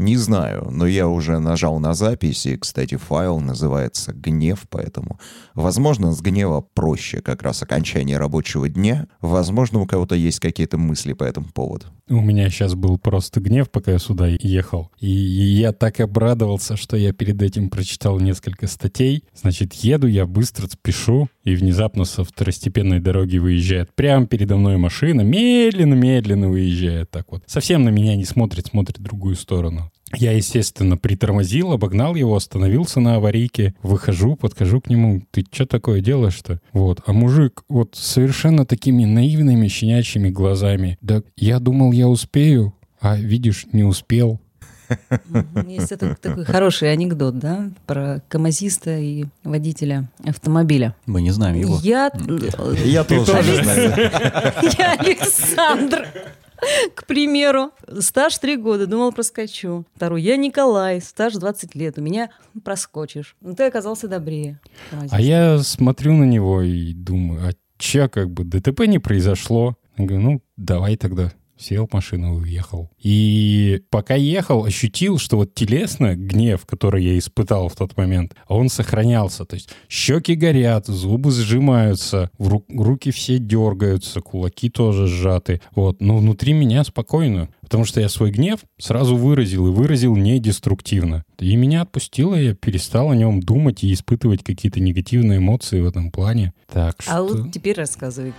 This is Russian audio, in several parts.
Не знаю, но я уже нажал на запись, и, кстати, файл называется «Гнев», поэтому, возможно, с гнева проще как раз окончание рабочего дня. Возможно, у кого-то есть какие-то мысли по этому поводу. У меня сейчас был просто гнев, пока я сюда ехал. И я так обрадовался, что я перед этим прочитал несколько статей. Значит, еду, я быстро спешу, и внезапно со второстепенной дороги выезжает прямо передо мной машина, медленно-медленно выезжает так вот. Совсем на меня не смотрит, смотрит в другую сторону. Я, естественно, притормозил, обогнал его, остановился на аварийке, выхожу, подхожу к нему. Ты что такое делаешь-то? Вот. А мужик вот совершенно такими наивными щенячьими глазами. Да я думал, я успею, а видишь, не успел. Есть такой хороший анекдот, да, про камазиста и водителя автомобиля. Мы не знаем его. Я тоже не знаю. Я Александр. К примеру, стаж 3 года, думал, проскочу. Второй, я Николай, стаж 20 лет, у меня проскочишь. Но ты оказался добрее. А я смотрю на него и думаю, а чё, как бы ДТП не произошло? Я говорю, ну, давай тогда. Сел в машину и уехал. И пока ехал, ощутил, что вот телесно гнев, который я испытал в тот момент, он сохранялся. То есть щеки горят, зубы сжимаются, руки все дергаются, кулаки тоже сжаты. Вот. Но внутри меня спокойно, потому что я свой гнев сразу выразил, и выразил не деструктивно. И меня отпустило, я перестал о нем думать и испытывать какие-то негативные эмоции в этом плане. Так что... А вот теперь рассказывай.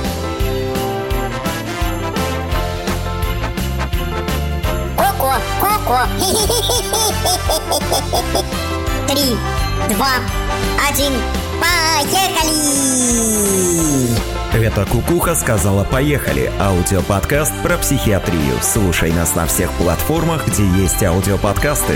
Ко-ко. 3, 2, 1, поехали! Это «Кукуха сказала поехали» — аудиоподкаст про психиатрию. Слушай нас на всех платформах, где есть аудиоподкасты.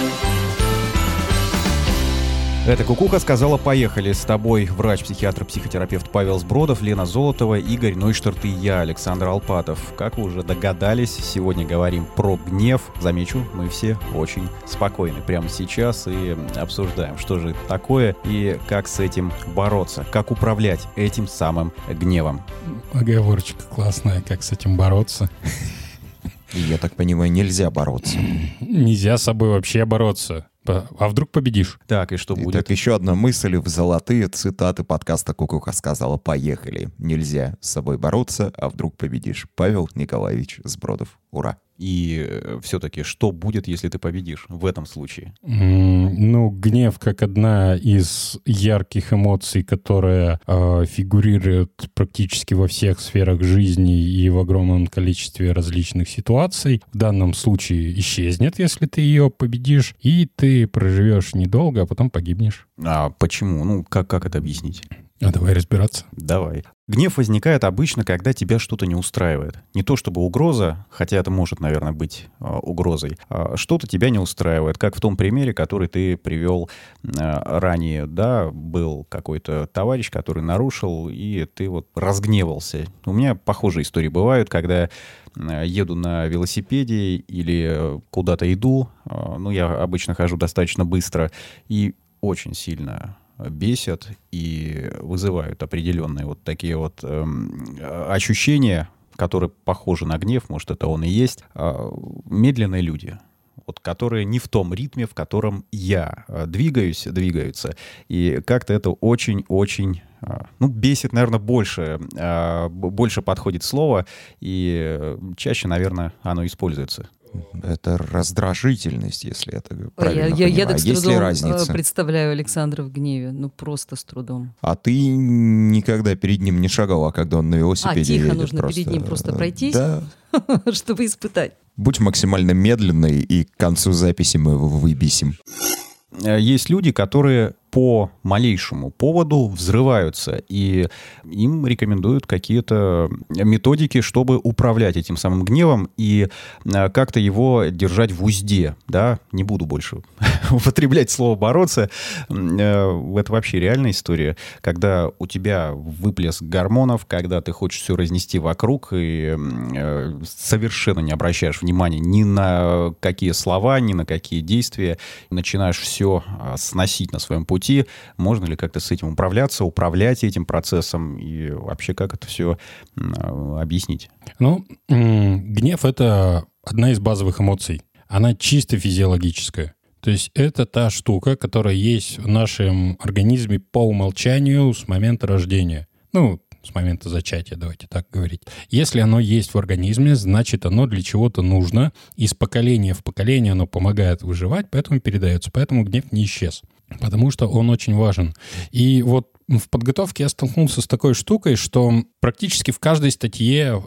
Это «Кукуха сказала поехали». С тобой врач-психиатр, психотерапевт Павел Сбродов, Лена Золотова, Игорь Нойштарт и я, Александр Алпатов. Как вы уже догадались, сегодня говорим про гнев. Замечу, мы все очень спокойны прямо сейчас и обсуждаем, что же это такое и как с этим бороться, как управлять этим самым гневом. Оговорочка классная, как с этим бороться. Я так понимаю, нельзя бороться. Нельзя с собой вообще бороться. А вдруг победишь? Так, и что будет? Итак, еще одна мысль в золотые цитаты подкаста «Кукуха сказала поехали». Нельзя с собой бороться, а вдруг победишь. Павел Николаевич Сбродов. Ура! И все-таки, что будет, если ты победишь в этом случае? Ну, гнев как одна из ярких эмоций, которая фигурирует практически во всех сферах жизни и в огромном количестве различных ситуаций. В данном случае исчезнет, если ты ее победишь, и ты проживешь недолго, а потом погибнешь. А почему? Ну, как это объяснить? А давай разбираться. Давай. Гнев возникает обычно, когда тебя что-то не устраивает. Не то чтобы угроза, хотя это может, наверное, быть угрозой. Что-то тебя не устраивает. Как в том примере, который ты привел ранее. Да, был какой-то товарищ, который нарушил, и ты вот разгневался. У меня похожие истории бывают, когда еду на велосипеде или куда-то иду. Ну, я обычно хожу достаточно быстро и очень сильно бесят и вызывают определенные вот такие вот ощущения, которые похожи на гнев, может, это он и есть. Медленные люди, вот, которые не в том ритме, в котором я двигаются. И как-то это очень-очень, бесит, наверное, больше подходит слово, и чаще, наверное, оно используется. Это раздражительность, если это правильно Я понимаю. так с Есть ли трудом разница? представляю Александра в гневе. Ну, просто с трудом. А ты никогда перед ним не шагала, когда он на велосипеде тихо едет? нужно перед ним просто пройтись, Да. чтобы испытать. Будь максимально медленной, и к концу записи мы его выбесим. Есть люди, которые по малейшему поводу взрываются, и им рекомендуют какие-то методики, чтобы управлять этим самым гневом и как-то его держать в узде. Да? Не буду больше употреблять слово «бороться». Это вообще реальная история, когда у тебя выплеск гормонов, когда ты хочешь все разнести вокруг и совершенно не обращаешь внимания ни на какие слова, ни на какие действия, начинаешь все сносить на своем пути. Можно ли как-то с этим управляться, управлять этим процессом и вообще как это все объяснить? Ну, гнев — это одна из базовых эмоций. она чисто физиологическая. То есть это та штука, которая есть в нашем организме по умолчанию с момента рождения. Ну, с момента зачатия, давайте так говорить. Если оно есть в организме, значит, оно для чего-то нужно. Из поколения в поколение оно помогает выживать, поэтому передается. Поэтому гнев не исчез. Потому что он очень важен. И вот в подготовке я столкнулся с такой штукой, что практически в каждой статье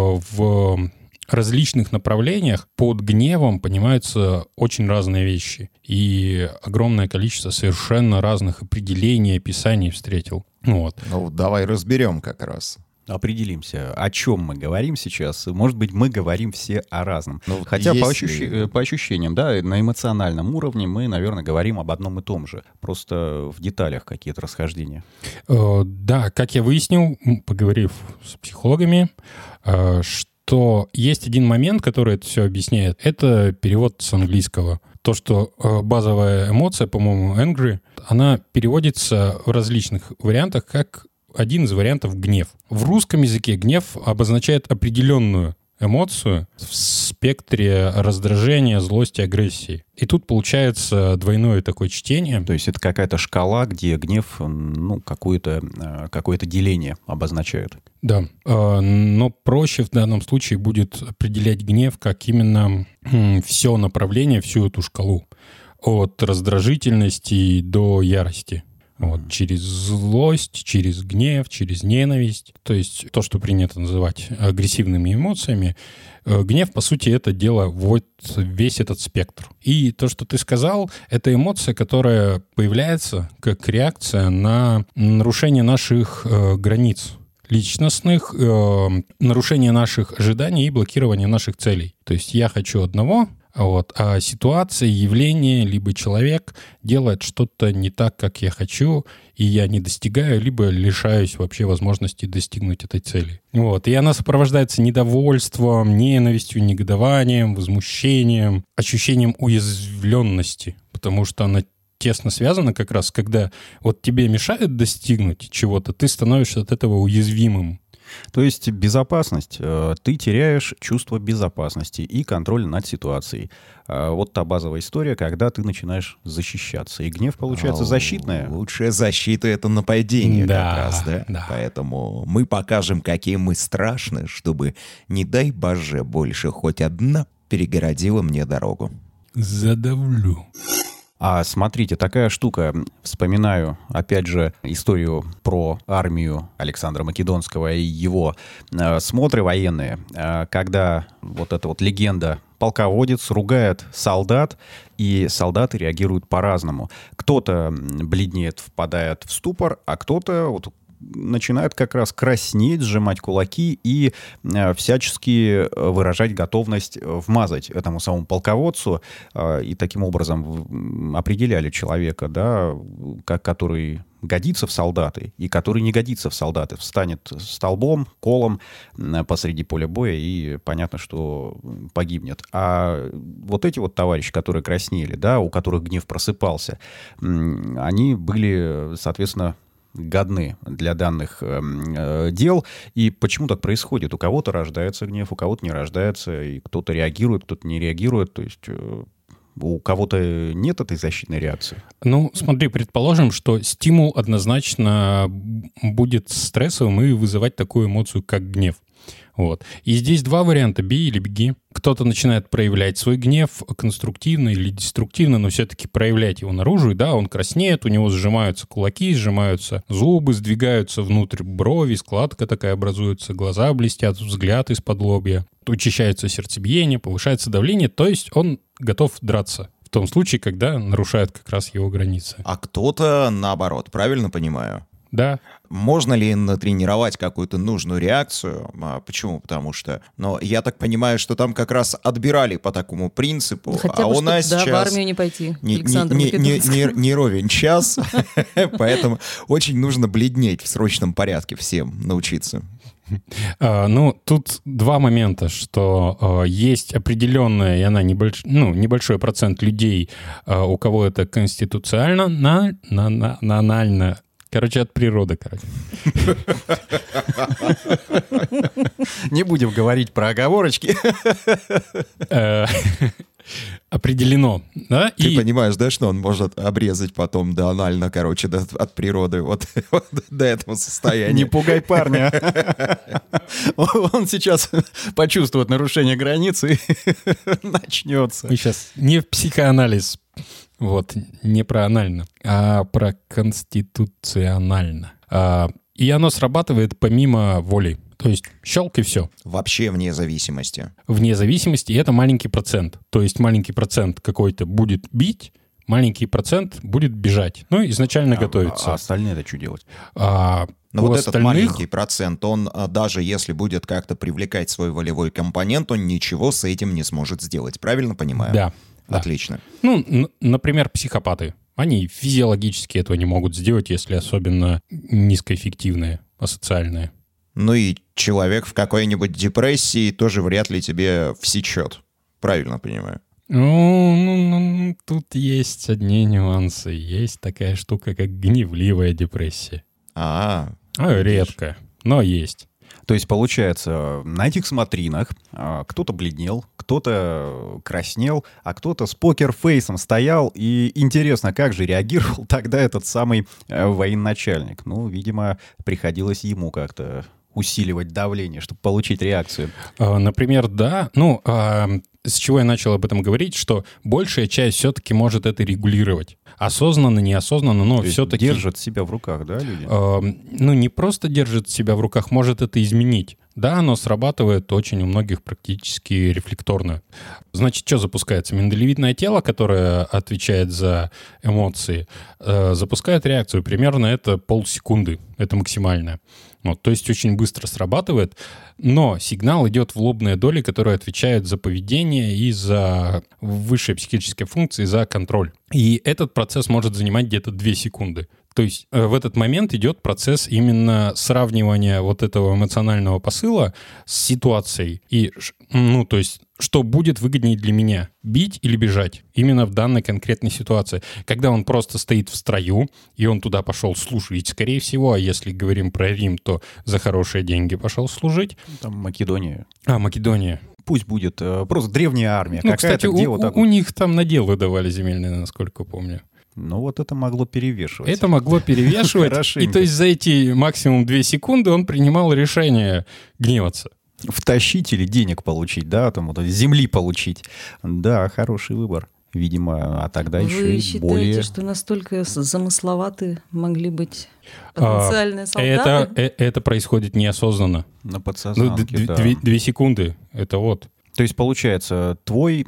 в различных направлениях под гневом понимаются очень разные вещи. И огромное количество совершенно разных определений, описаний встретил. Вот. Ну, давай разберем как раз. Определимся, о чем мы говорим сейчас. Может быть, мы говорим все о разном. Ну, хотя по если- ощущениям, да, на эмоциональном уровне мы, наверное, говорим об одном и том же. Просто в деталях какие-то расхождения. Да, как я выяснил, поговорив с психологами, что есть один момент, который это все объясняет. Это перевод с английского. То, что базовая эмоция, по-моему, angry, она переводится в различных вариантах как один из вариантов гнев. В русском языке гнев обозначает определенную эмоцию в спектре раздражения, злости, агрессии. И тут получается двойное такое чтение. То есть это какая-то шкала, где гнев, ну, какое-то деление обозначает. Да, но проще в данном случае будет определять гнев как именно все направление, всю эту шкалу. От раздражительности до ярости. Вот, через злость, через гнев, через ненависть. То есть то, что принято называть агрессивными эмоциями. Гнев, по сути, это дело вот весь этот спектр. И то, что ты сказал, это эмоция, которая появляется как реакция на нарушение наших границ личностных, нарушение наших ожиданий и блокирование наших целей. То есть я хочу одного, а ситуация, явление, либо человек делает что-то не так, как я хочу, и я не достигаю, либо лишаюсь вообще возможности достигнуть этой цели. И она сопровождается недовольством, ненавистью, негодованием, возмущением, ощущением уязвленности, потому что она тесно связана как раз, когда вот тебе мешают достигнуть чего-то, ты становишься от этого уязвимым. То есть безопасность. Ты теряешь чувство безопасности и контроль над ситуацией. Вот та базовая история, когда ты начинаешь защищаться. И гнев, получается, защитная. Лучшая защита — это нападение Да, как раз, да? да. Поэтому мы покажем, какие мы страшны, чтобы, не дай боже, больше хоть одна перегородила мне дорогу. Задавлю. А смотрите, такая штука. Вспоминаю, опять же, историю про армию Александра Македонского и его смотры военные, когда вот эта вот легенда полководец ругает солдат, и солдаты реагируют по-разному. Кто-то бледнеет, впадает в ступор, а кто-то вот начинает как раз краснеть, сжимать кулаки и всячески выражать готовность вмазать этому самому полководцу. И таким образом определяли человека, да, который годится в солдаты и который не годится в солдаты. Встанет столбом, колом посреди поля боя, и понятно, что погибнет. А вот эти вот товарищи, которые краснели, да, у которых гнев просыпался, они были, соответственно, годны для данных дел. И почему так происходит? У кого-то рождается гнев, у кого-то не рождается, и кто-то реагирует, кто-то не реагирует. То есть у кого-то нет этой защитной реакции. Ну, смотри, предположим, что стимул однозначно будет стрессовым и вызывать такую эмоцию, как гнев. Вот. И здесь два варианта: бей или беги. Кто-то начинает проявлять свой гнев конструктивно или деструктивно, но все-таки проявлять его наружу, и да, он краснеет, у него сжимаются кулаки, сжимаются зубы, сдвигаются внутрь брови, складка такая образуется, глаза блестят, взгляд из-под лобья, учащается сердцебиение, повышается давление, то есть он готов драться. В том случае, когда нарушают как раз его границы. А кто-то наоборот, правильно понимаю? Да. Можно ли натренировать какую-то нужную реакцию? Почему? Потому что, я так понимаю, что там как раз отбирали по такому принципу, Хотя бы, у нас в сейчас армию не пойти. не ровен час, поэтому очень нужно бледнеть в срочном порядке всем научиться. Тут два момента, что есть определенная, и она небольшой процент людей, у кого это конституционально, от природы, Не будем говорить про оговорочки. определено. Да? Ты понимаешь, да, что он может обрезать потом доанально, короче, от природы вот до этого состояния. Не пугай парня. Он сейчас почувствует нарушение границы и начнется. Мы сейчас не в психоанализ, вот, не про анально, а про конституционально. И оно срабатывает помимо воли. То есть щелк и все. Вообще вне зависимости. Вне зависимости, и это маленький процент. То есть маленький процент какой-то будет бить, маленький процент будет бежать. Ну, изначально готовится. А остальные-то что делать? Но вот этот маленький процент, он даже если будет как-то привлекать свой волевой компонент, он ничего с этим не сможет сделать. Правильно понимаю? Да. Отлично. Ну, например, психопаты. Они физиологически этого не могут сделать, если особенно низкоэффективные, асоциальные. Ну и человек в какой-нибудь депрессии тоже вряд ли тебе всечет. Правильно понимаю? Ну, тут есть одни нюансы. Есть такая штука, как гневливая депрессия. Редко, но есть. То есть, получается, на этих смотринах кто-то бледнел, кто-то краснел, а кто-то с покерфейсом стоял. И интересно, как же реагировал тогда этот самый военачальник? Ну, видимо, приходилось ему как-то усиливать давление, чтобы получить реакцию. Например, да. Ну, с чего я начал об этом говорить, что большая часть все-таки может это регулировать. Осознанно, неосознанно, но все-таки... Держат себя в руках, да, люди? Ну, не просто держит себя в руках, может это изменить. Да, оно срабатывает очень у многих практически рефлекторно. Значит, что запускается? Миндалевидное тело, которое отвечает за эмоции, запускает реакцию. Примерно это полсекунды. Это максимальное. Вот, то есть очень быстро срабатывает. Но сигнал идет в лобные доли, которые отвечают за поведение и за высшие психические функции, за контроль. И этот процесс может занимать где-то 2 секунды. То есть в этот момент идет процесс именно сравнивания вот этого эмоционального посыла с ситуацией. И, ну, то есть, что будет выгоднее для меня, бить или бежать, именно в данной конкретной ситуации. Когда он просто стоит в строю, и он туда пошел служить, скорее всего, а если говорим про Рим, то за хорошие деньги пошел служить. Там Македония. Македония. Пусть будет просто древняя армия. Ну, кстати, у них там наделы давали земельные, насколько помню. Ну, вот это могло перевешивать. Это могло перевешивать. И то есть за эти максимум 2 секунды он принимал решение гневаться. Втащить или денег получить, да, там вот земли получить. Да, хороший выбор. Видимо, а тогда еще Вы и считаете, более... что настолько замысловаты могли быть потенциальные солдаты? Это происходит неосознанно. На подсознанке, да. 2 секунды, это вот. То есть, получается, твое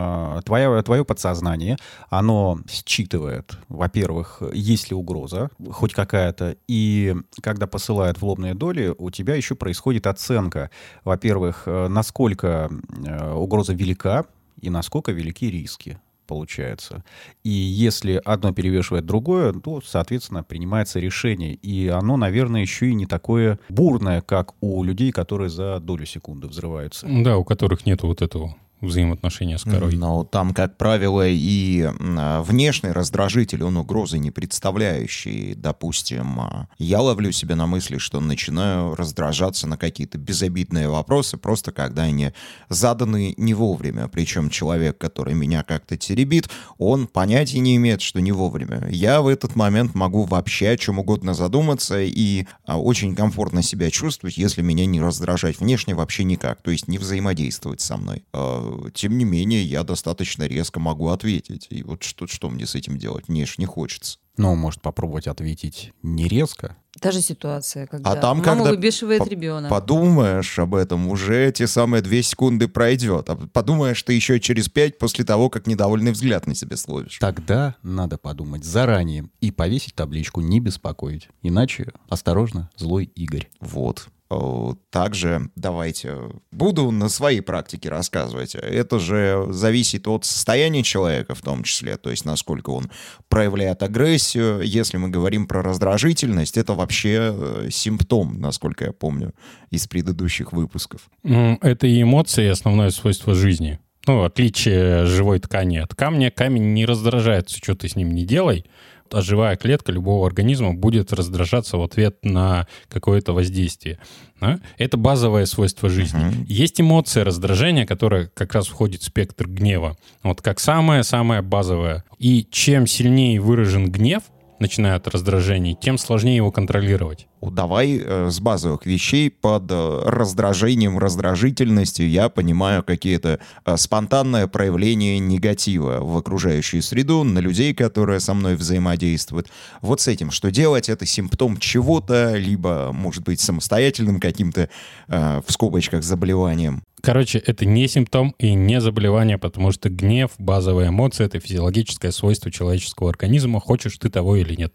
подсознание, оно считывает, во-первых, есть ли угроза, хоть какая-то, и когда посылает в лобные доли, у тебя еще происходит оценка, во-первых, насколько угроза велика и насколько велики риски. Получается. И если одно перевешивает другое, то, соответственно, принимается решение. И оно, наверное, еще и не такое бурное, как у людей, которые за долю секунды взрываются. Да, у которых нет вот этого взаимоотношения с корой. Но там, как правило, и внешний раздражитель, он угрозы не представляющий. Допустим, я ловлю себя на мысли, что начинаю раздражаться на какие-то безобидные вопросы, просто когда они заданы не вовремя. Причем человек, который меня как-то теребит, он понятия не имеет, что не вовремя. Я в этот момент могу вообще о чем угодно задуматься и очень комфортно себя чувствовать, если меня не раздражать внешне вообще никак, то есть не взаимодействовать со мной. Тем не менее, я достаточно резко могу ответить. И вот что мне с этим делать? Мне ж не хочется. Ну, может попробовать ответить не резко. Та же ситуация, когда там, мама когда выбешивает ребенка. Подумаешь об этом, уже те самые 2 секунды пройдет. А подумаешь ты еще через 5 после того, как недовольный взгляд на себя словишь. Тогда надо подумать заранее и повесить табличку «Не беспокоить». Иначе осторожно, злой Игорь. Вот. Также давайте буду на своей практике рассказывать. Это же зависит от состояния человека в том числе, то есть насколько он проявляет агрессию. Если мы говорим про раздражительность, это вообще симптом, насколько я помню, из предыдущих выпусков. Это и эмоции, и основное свойство жизни. Ну, отличие живой ткани от камня. Камень не раздражается, что ты с ним не делай. живая клетка любого организма будет раздражаться в ответ на какое-то воздействие. Да? Это базовое свойство жизни. Есть эмоция раздражения, которая как раз входит в спектр гнева. Вот как самое-самое базовое. И чем сильнее выражен гнев, начиная от раздражений, тем сложнее его контролировать. Давай с базовых вещей под раздражением, раздражительностью я понимаю какие-то спонтанное проявление негатива в окружающую среду, на людей, которые со мной взаимодействуют. Вот с этим что делать? Это симптом чего-то, либо, может быть, самостоятельным каким-то, в скобочках, заболеванием. Короче, это не симптом и не заболевание, потому что гнев, базовая эмоция — это физиологическое свойство человеческого организма, хочешь ты того или нет.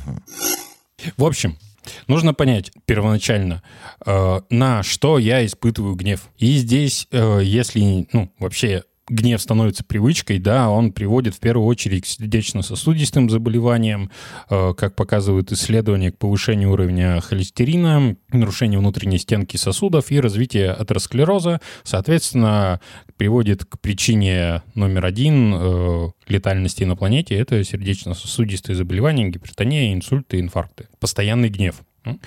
В общем, нужно понять первоначально, на что я испытываю гнев. И здесь, если, вообще гнев становится привычкой, да, он приводит в первую очередь к сердечно-сосудистым заболеваниям, как показывают исследования, к повышению уровня холестерина, нарушению внутренней стенки сосудов и развитию атеросклероза. Соответственно, приводит к причине номер один летальности на планете — это сердечно-сосудистые заболевания, гипертония, инсульты, инфаркты. Постоянный гнев.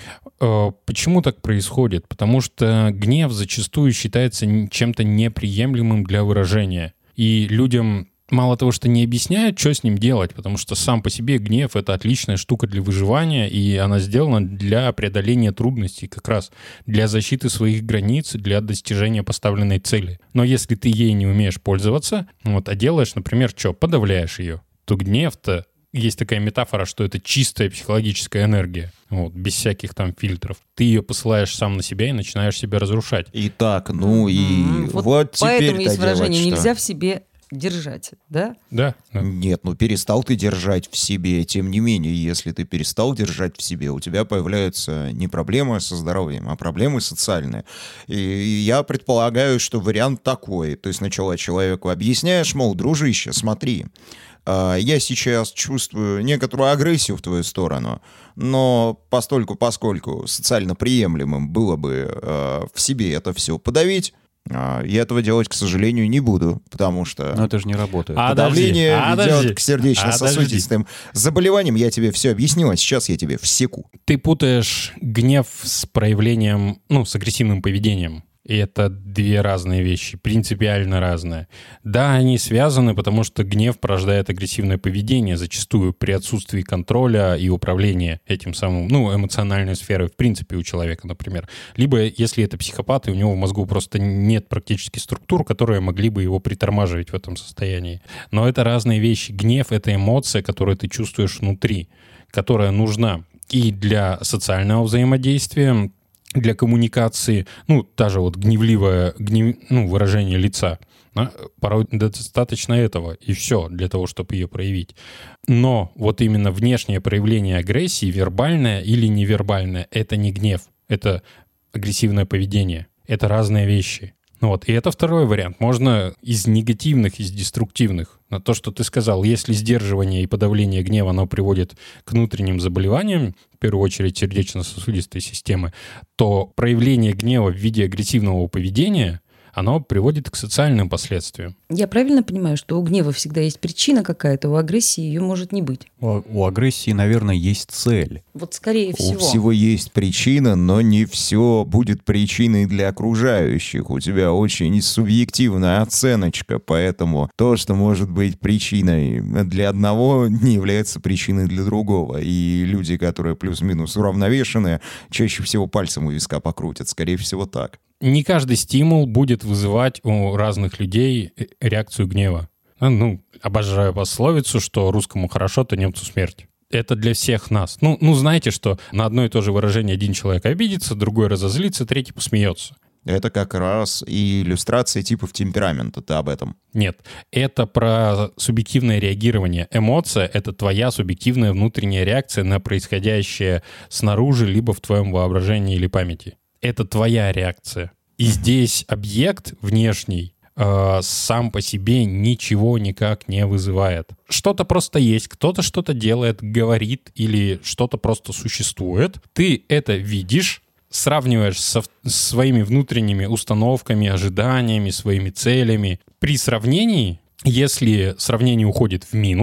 Почему так происходит? Потому что гнев зачастую считается чем-то неприемлемым для выражения. И людям мало того, что не объясняют, что с ним делать, потому что сам по себе гнев — это отличная штука для выживания, и она сделана для преодоления трудностей, как раз для защиты своих границ, для достижения поставленной цели. Но если ты ей не умеешь пользоваться, а делаешь, например, подавляешь ее, то гнев-то, есть такая метафора, что это чистая психологическая энергия, без всяких там фильтров. Ты ее посылаешь сам на себя и начинаешь себя разрушать. Итак, вот теперь поэтому есть выражение что? «нельзя в себе держать», да? Да. Нет, перестал ты держать в себе. Тем не менее, если ты перестал держать в себе, у тебя появляются не проблемы со здоровьем, а проблемы социальные. И я предполагаю, что вариант такой. Ты сначала человеку объясняешь, мол, дружище, смотри, я сейчас чувствую некоторую агрессию в твою сторону, но поскольку социально приемлемым было бы в себе это все подавить, я этого делать, к сожалению, не буду, потому что... Но это же не работает. Подавление ведет к сердечно-сосудистым заболеваниям. Я тебе все объяснил, а сейчас я тебе всеку. Ты путаешь гнев с проявлением, с агрессивным поведением. И это две разные вещи, принципиально разные. Да, они связаны, потому что гнев порождает агрессивное поведение, зачастую при отсутствии контроля и управления этим самым, эмоциональной сферой, в принципе, у человека, например. Либо, если это психопат, и у него в мозгу просто нет практически структур, которые могли бы его притормаживать в этом состоянии. Но это разные вещи. Гнев — это эмоция, которую ты чувствуешь внутри, которая нужна и для социального взаимодействия, для коммуникации, та же гневливое выражение лица. Порой достаточно этого, и все для того, чтобы ее проявить. Но именно внешнее проявление агрессии, вербальное или невербальное, это не гнев, это агрессивное поведение. Это разные вещи. И это второй вариант. Можно из негативных, из деструктивных. На то, что ты сказал, если сдерживание и подавление гнева, оно приводит к внутренним заболеваниям, в первую очередь сердечно-сосудистой системы, то проявление гнева в виде агрессивного поведения, оно приводит к социальным последствиям. Я правильно понимаю, что у гнева всегда есть причина какая-то, у агрессии ее может не быть? У агрессии, наверное, есть цель. Скорее всего. У всего есть причина, но не все будет причиной для окружающих. У тебя очень субъективная оценочка, поэтому то, что может быть причиной для одного, не является причиной для другого. И люди, которые плюс-минус уравновешенные, чаще всего пальцем у виска покрутят. Скорее всего, так. Не каждый стимул будет вызывать у разных людей реакцию гнева. Обожаю пословицу, что русскому хорошо, то немцу смерть. Это для всех нас. Знаете, что на одно и то же выражение один человек обидится, другой разозлится, третий посмеется. Это как раз и иллюстрация типов темперамента. Ты об этом? Нет. Это про субъективное реагирование. Эмоция — это твоя субъективная внутренняя реакция на происходящее снаружи, либо в твоем воображении или памяти. Это твоя реакция. И здесь объект внешний сам по себе ничего никак не вызывает. Что-то просто есть, кто-то что-то делает, говорит или что-то просто существует. Ты это видишь, сравниваешь со своими внутренними установками, ожиданиями, своими целями. При сравнении, если сравнение уходит в минус,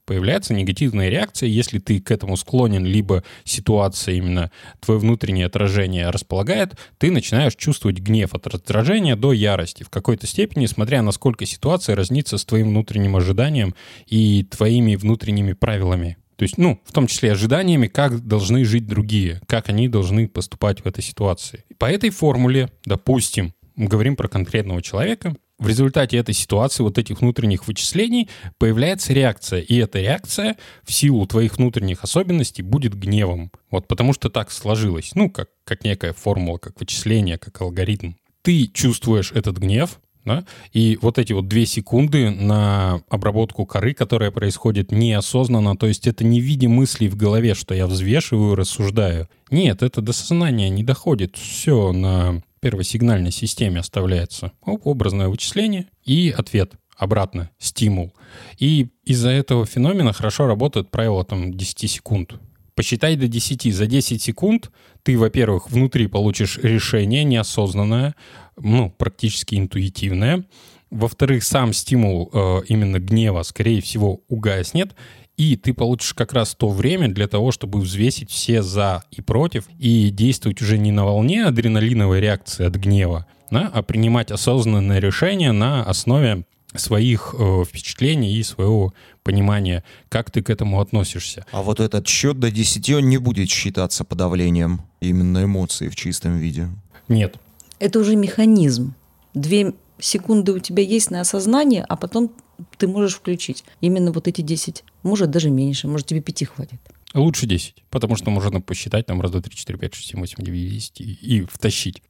появляется негативная реакция, если ты к этому склонен, либо ситуация именно твое внутреннее отражение располагает, ты начинаешь чувствовать гнев от раздражения до ярости в какой-то степени, смотря насколько ситуация разнится с твоим внутренним ожиданием и твоими внутренними правилами. То есть, в том числе ожиданиями, как должны жить другие, как они должны поступать в этой ситуации. По этой формуле, допустим, мы говорим про конкретного человека, в результате этой ситуации, вот этих внутренних вычислений, появляется реакция. И эта реакция в силу твоих внутренних особенностей будет гневом. Вот потому что так сложилось. Как некая формула, как вычисление, как алгоритм. Ты чувствуешь этот гнев, да? И вот эти 2 секунды на обработку коры, которая происходит неосознанно, то есть это не в виде мыслей в голове, что я взвешиваю, рассуждаю. Нет, это до сознания не доходит. Все на первосигнальной системе оставляется. Образное вычисление и ответ. Обратно, стимул. И из-за этого феномена хорошо работает правило 10 секунд. Посчитай до 10. За 10 секунд ты, во-первых, внутри получишь решение неосознанное, практически интуитивное. Во-вторых, сам стимул именно гнева, скорее всего, угаснет. И ты получишь как раз то время для того, чтобы взвесить все за и против и действовать уже не на волне адреналиновой реакции от гнева, а принимать осознанное решение на основе своих впечатлений и своего понимания, как ты к этому относишься. А вот этот счет до 10, он не будет считаться подавлением именно эмоций в чистом виде? Нет. Это уже механизм. 2 секунды у тебя есть на осознание, а потом ты можешь включить именно вот эти 10. Может, даже меньше, может, тебе 5 хватит. Лучше 10, потому что можно посчитать раз, 2, 3, 4, 5, 6, 7, 8, 9, 10 и втащить.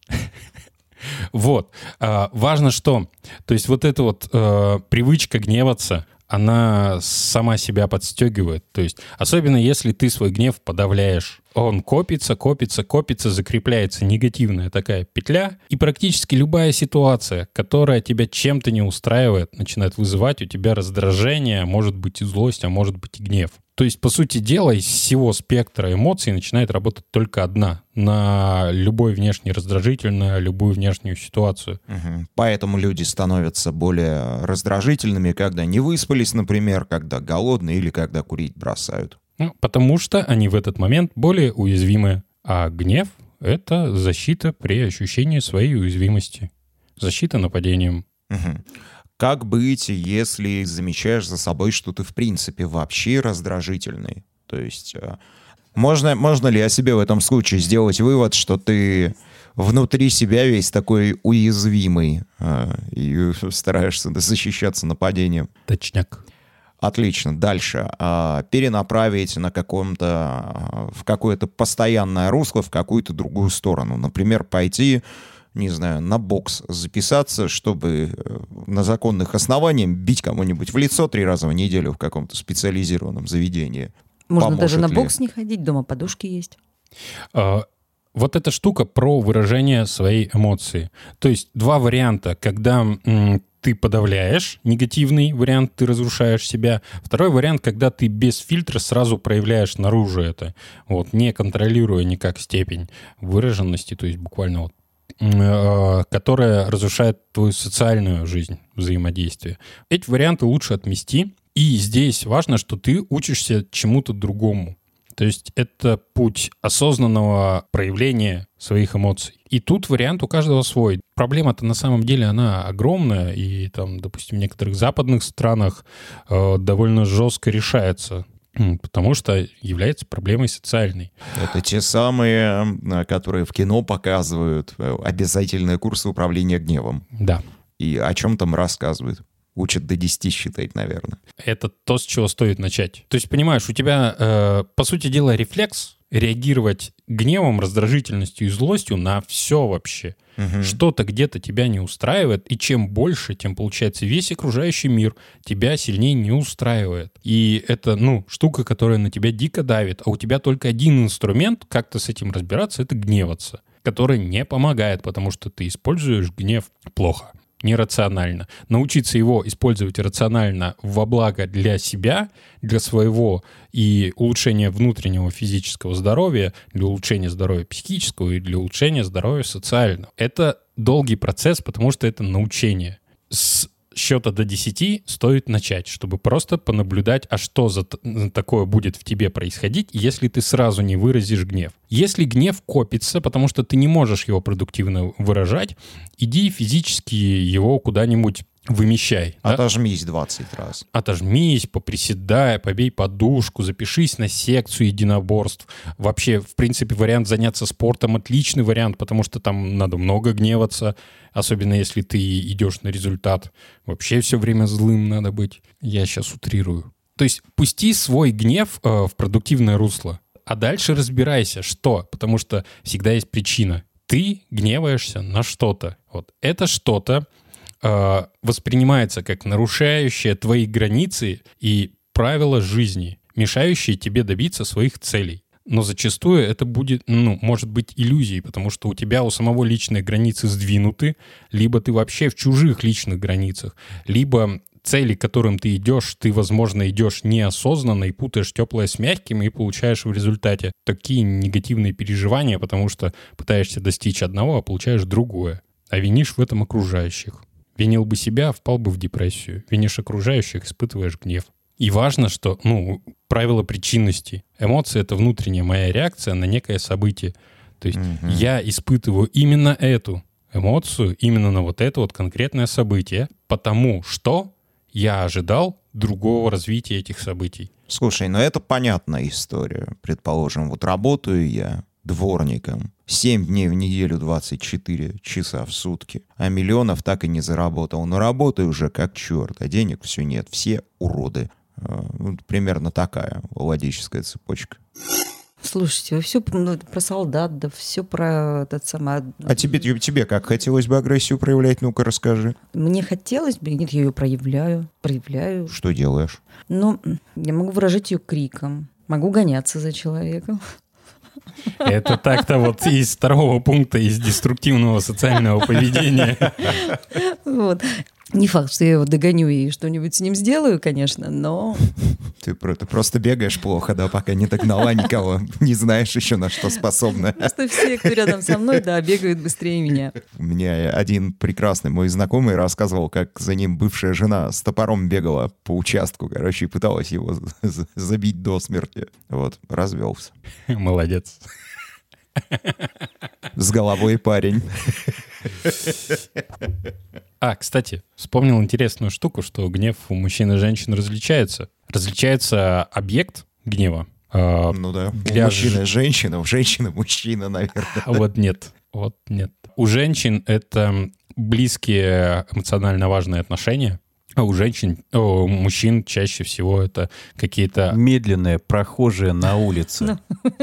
Вот. Важно что? То есть вот эта привычка гневаться, она сама себя подстегивает. То есть особенно если ты свой гнев подавляешь. Он копится, закрепляется негативная такая петля, и практически любая ситуация, которая тебя чем-то не устраивает, начинает вызывать у тебя раздражение, может быть и злость, а может быть и гнев. То есть, по сути дела, из всего спектра эмоций начинает работать только одна на любой внешний раздражитель, на любую внешнюю ситуацию. Угу. Поэтому люди становятся более раздражительными, когда не выспались, например, когда голодные или когда курить бросают. Потому что они в этот момент более уязвимы. А гнев — это защита при ощущении своей уязвимости. Защита нападением. Угу. Как быть, если замечаешь за собой, что ты в принципе вообще раздражительный? То есть можно ли о себе в этом случае сделать вывод, что ты внутри себя весь такой уязвимый и стараешься защищаться нападением? Точняк. Отлично. Дальше. Перенаправить в какое-то постоянное русло, в какую-то другую сторону. Например, пойти, не знаю, на бокс записаться, чтобы на законных основаниях бить кому-нибудь в лицо 3 раза в неделю в каком-то специализированном заведении. Можно даже на бокс не ходить, дома подушки есть. Вот эта штука про выражение своей эмоции. То есть 2 варианта, когда ты подавляешь негативный вариант, ты разрушаешь себя. 2 вариант, когда ты без фильтра сразу проявляешь наружу это, не контролируя никак степень выраженности, то есть буквально которая разрушает твою социальную жизнь, взаимодействие. Эти варианты лучше отмести. И здесь важно, что ты учишься чему-то другому. То есть это путь осознанного проявления своих эмоций. И тут вариант у каждого свой. Проблема-то на самом деле она огромная, и допустим, в некоторых западных странах довольно жестко решается, потому что является проблемой социальной. Это те самые, которые в кино показывают обязательные курсы управления гневом. Да. И о чем там рассказывают? Учат до 10 считать, наверное. Это то, с чего стоит начать. То есть, понимаешь, у тебя, по сути дела, рефлекс реагировать гневом, раздражительностью и злостью на все вообще. Угу. Что-то где-то тебя не устраивает, и чем больше, тем, получается, весь окружающий мир тебя сильнее не устраивает. И это, штука, которая на тебя дико давит, а у тебя только один инструмент, как-то с этим разбираться, это гневаться, который не помогает, потому что ты используешь гнев плохо. Нерационально. Научиться его использовать рационально во благо для себя, для своего и улучшения внутреннего физического здоровья, для улучшения здоровья психического и для улучшения здоровья социального. Это долгий процесс, потому что это научение. С счета до 10 стоит начать, чтобы просто понаблюдать, а что за такое будет в тебе происходить, если ты сразу не выразишь гнев. Если гнев копится, потому что ты не можешь его продуктивно выражать, иди физически его куда-нибудь вымещай. Да? Отожмись 20 раз. Отожмись, поприседай, побей подушку, запишись на секцию единоборств. Вообще, в принципе, вариант заняться спортом — отличный вариант, потому что там надо много гневаться, особенно если ты идешь на результат. Вообще все время злым надо быть. Я сейчас утрирую. То есть пусти свой гнев в продуктивное русло, а дальше разбирайся, что, потому что всегда есть причина. Ты гневаешься на что-то. Вот это что-то воспринимается как нарушающее твои границы и правила жизни, мешающие тебе добиться своих целей. Но зачастую это будет, может быть иллюзией, потому что у тебя у самого личные границы сдвинуты, либо ты вообще в чужих личных границах, либо цели, к которым ты идешь, ты, возможно, идешь неосознанно и путаешь теплое с мягким, и получаешь в результате такие негативные переживания, потому что пытаешься достичь одного, а получаешь другое. А винишь в этом окружающих. Винил бы себя, впал бы в депрессию. Винишь окружающих, испытываешь гнев. И важно, что, правило причинности. Эмоции — это внутренняя моя реакция на некое событие. То есть я испытываю именно эту эмоцию, именно на вот это вот конкретное событие, потому что я ожидал другого развития этих событий. Слушай, это понятная история. Предположим, вот работаю я дворником 7 дней в неделю, 24 часа в сутки, а миллионов так и не заработал. Но работаю уже как черт, а денег все нет, все уроды. Примерно такая логическая цепочка. Слушайте, вы все про солдат, да все про этот самый... А тебе как хотелось бы агрессию проявлять? Ну-ка, расскажи. Мне хотелось бы, нет, я ее проявляю. Что делаешь? Я могу выражать ее криком, могу гоняться за человеком. Это так-то вот из второго пункта, из деструктивного социального поведения. Вот. Не факт, что я его догоню и что-нибудь с ним сделаю, конечно, но... Ты просто бегаешь плохо, да, пока не догнала никого. Не знаешь еще, на что способна. Просто все, кто рядом со мной, да, бегают быстрее меня. У меня один прекрасный мой знакомый рассказывал, как за ним бывшая жена с топором бегала по участку, и пыталась его забить до смерти. Вот, развелся. Молодец. С головой парень. Кстати, вспомнил интересную штуку, что гнев у мужчин и женщин различается. Различается объект гнева. Ну да, у мужчины женщина, у женщины мужчина, наверное. Вот нет. У женщин это близкие эмоционально важные отношения, а у мужчин чаще всего это какие-то... Медленные прохожие на улице.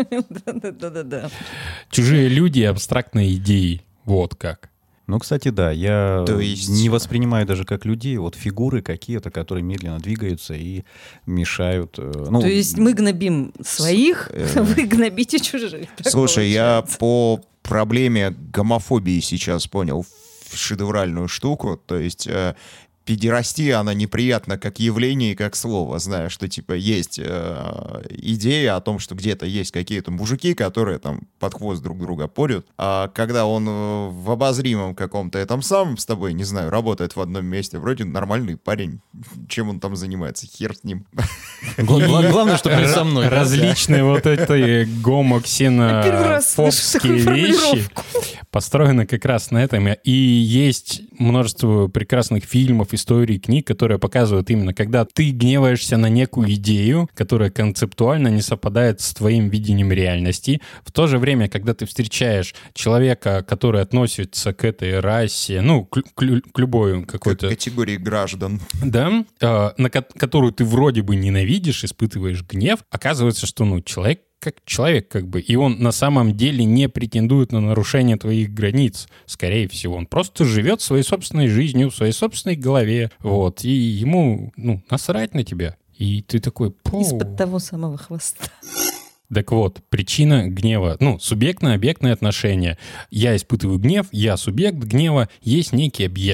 Да. Чужие люди, абстрактные идеи. Вот как. Кстати, да, я не воспринимаю даже как людей, вот фигуры какие-то, которые медленно двигаются и мешают. То есть мы гнобим своих, вы гнобите чужих. Слушай, я по проблеме гомофобии сейчас понял шедевральную штуку, то есть... Педерастия, она неприятна как явление и как слово, зная, что типа есть идея о том, что где-то есть какие-то мужики, которые там под хвост друг друга порют, а когда он в обозримом каком-то этом самом с тобой, не знаю, работает в одном месте, вроде нормальный парень, чем он там занимается, хер с ним. Главное, чтобы не со мной. Различные вот эти гомоксенофобские вещи построены как раз на этом. И есть множество прекрасных фильмов, историй, книг, которые показывают именно, когда ты гневаешься на некую идею, которая концептуально не совпадает с твоим видением реальности. В то же время, когда ты встречаешь человека, который относится к этой расе, к любой какой-то... Категории граждан. Да, на которую ты вроде бы ненавидишь, испытываешь гнев, оказывается, что, человек как человек, и он на самом деле не претендует на нарушение твоих границ, скорее всего. Он просто живет своей собственной жизнью, в своей собственной голове, и ему, насрать на тебя. И ты такой... Из-под того самого хвоста. Так вот, причина гнева, субъектно-объектные отношения. Я испытываю гнев, я субъект гнева, есть некий объект.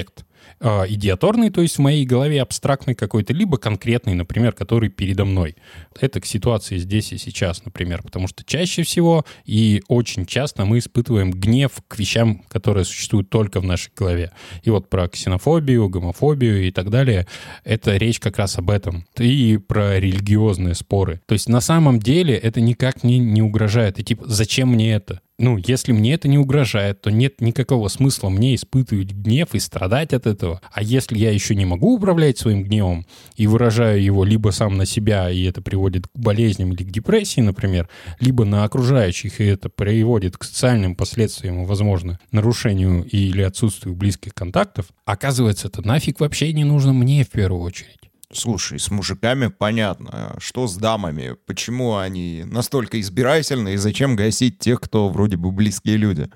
идеаторный, то есть в моей голове абстрактный какой-то, либо конкретный, например, который передо мной. Это к ситуации здесь и сейчас, например, потому что чаще всего и очень часто мы испытываем гнев к вещам, которые существуют только в нашей голове. И вот про ксенофобию, гомофобию и так далее, это речь как раз об этом. И про религиозные споры. То есть на самом деле это никак не угрожает. И типа, зачем мне это? Ну, если мне это не угрожает, то нет никакого смысла мне испытывать гнев и страдать от этого. А если я еще не могу управлять своим гневом и выражаю его либо сам на себя, и это приводит к болезням или к депрессии, например, либо на окружающих, и это приводит к социальным последствиям и, возможно, нарушению или отсутствию близких контактов, оказывается, это нафиг вообще не нужно мне в первую очередь. Слушай, с мужиками понятно. Что с дамами? Почему они настолько избирательны и зачем гасить тех, кто вроде бы близкие люди?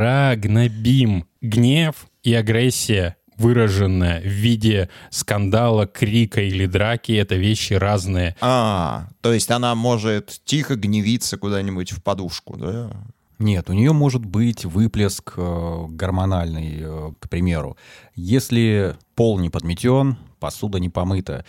Прогнобим. Гнев и агрессия, выраженная в виде скандала, крика или драки, это вещи разные. То есть она может тихо гневиться куда-нибудь в подушку, да? Нет, у нее может быть выплеск гормональный, к примеру. Если пол не подметен, посуда не помыта,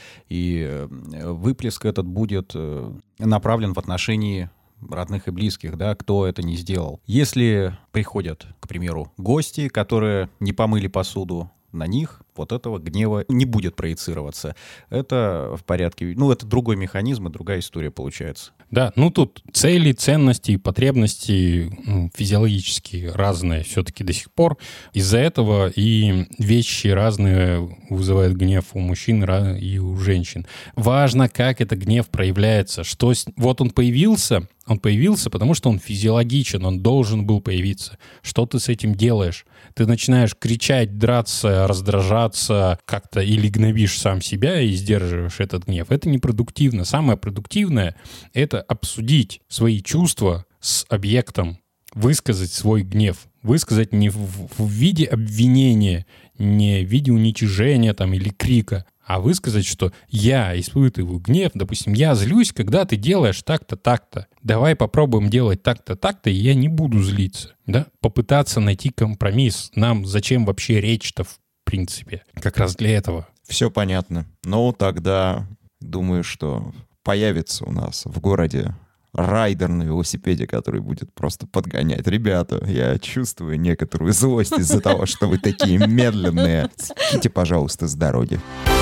и выплеск этот будет направлен в отношении родных и близких, да, кто это не сделал. Если приходят, к примеру, гости, которые не помыли посуду, на них вот этого гнева не будет проецироваться. Это в порядке. Ну, это другой механизм и другая история получается. Да, ну тут цели, ценности, потребности физиологически разные все-таки до сих пор. Из-за этого и вещи разные вызывают гнев у мужчин и у женщин. Важно, как этот гнев проявляется. Вот он появился, потому что он физиологичен, он должен был появиться. Что ты с этим делаешь? Ты начинаешь кричать, драться, раздражаться как-то или гнобишь сам себя и сдерживаешь этот гнев. Это непродуктивно. Самое продуктивное — это обсудить свои чувства с объектом, высказать свой гнев. Высказать не в виде обвинения, не в виде уничижения там, или крика, а высказать, что я испытываю гнев, допустим, я злюсь, когда ты делаешь так-то, так-то. Давай попробуем делать так-то, так-то, и я не буду злиться. Да? Попытаться найти компромисс. Нам зачем вообще речь-то в принципе? Как раз для этого. Все понятно. Ну, тогда думаю, что появится у нас в городе райдер на велосипеде, который будет просто подгонять. Ребята, я чувствую некоторую злость из-за того, что вы такие медленные. Съедьте, пожалуйста, с дороги.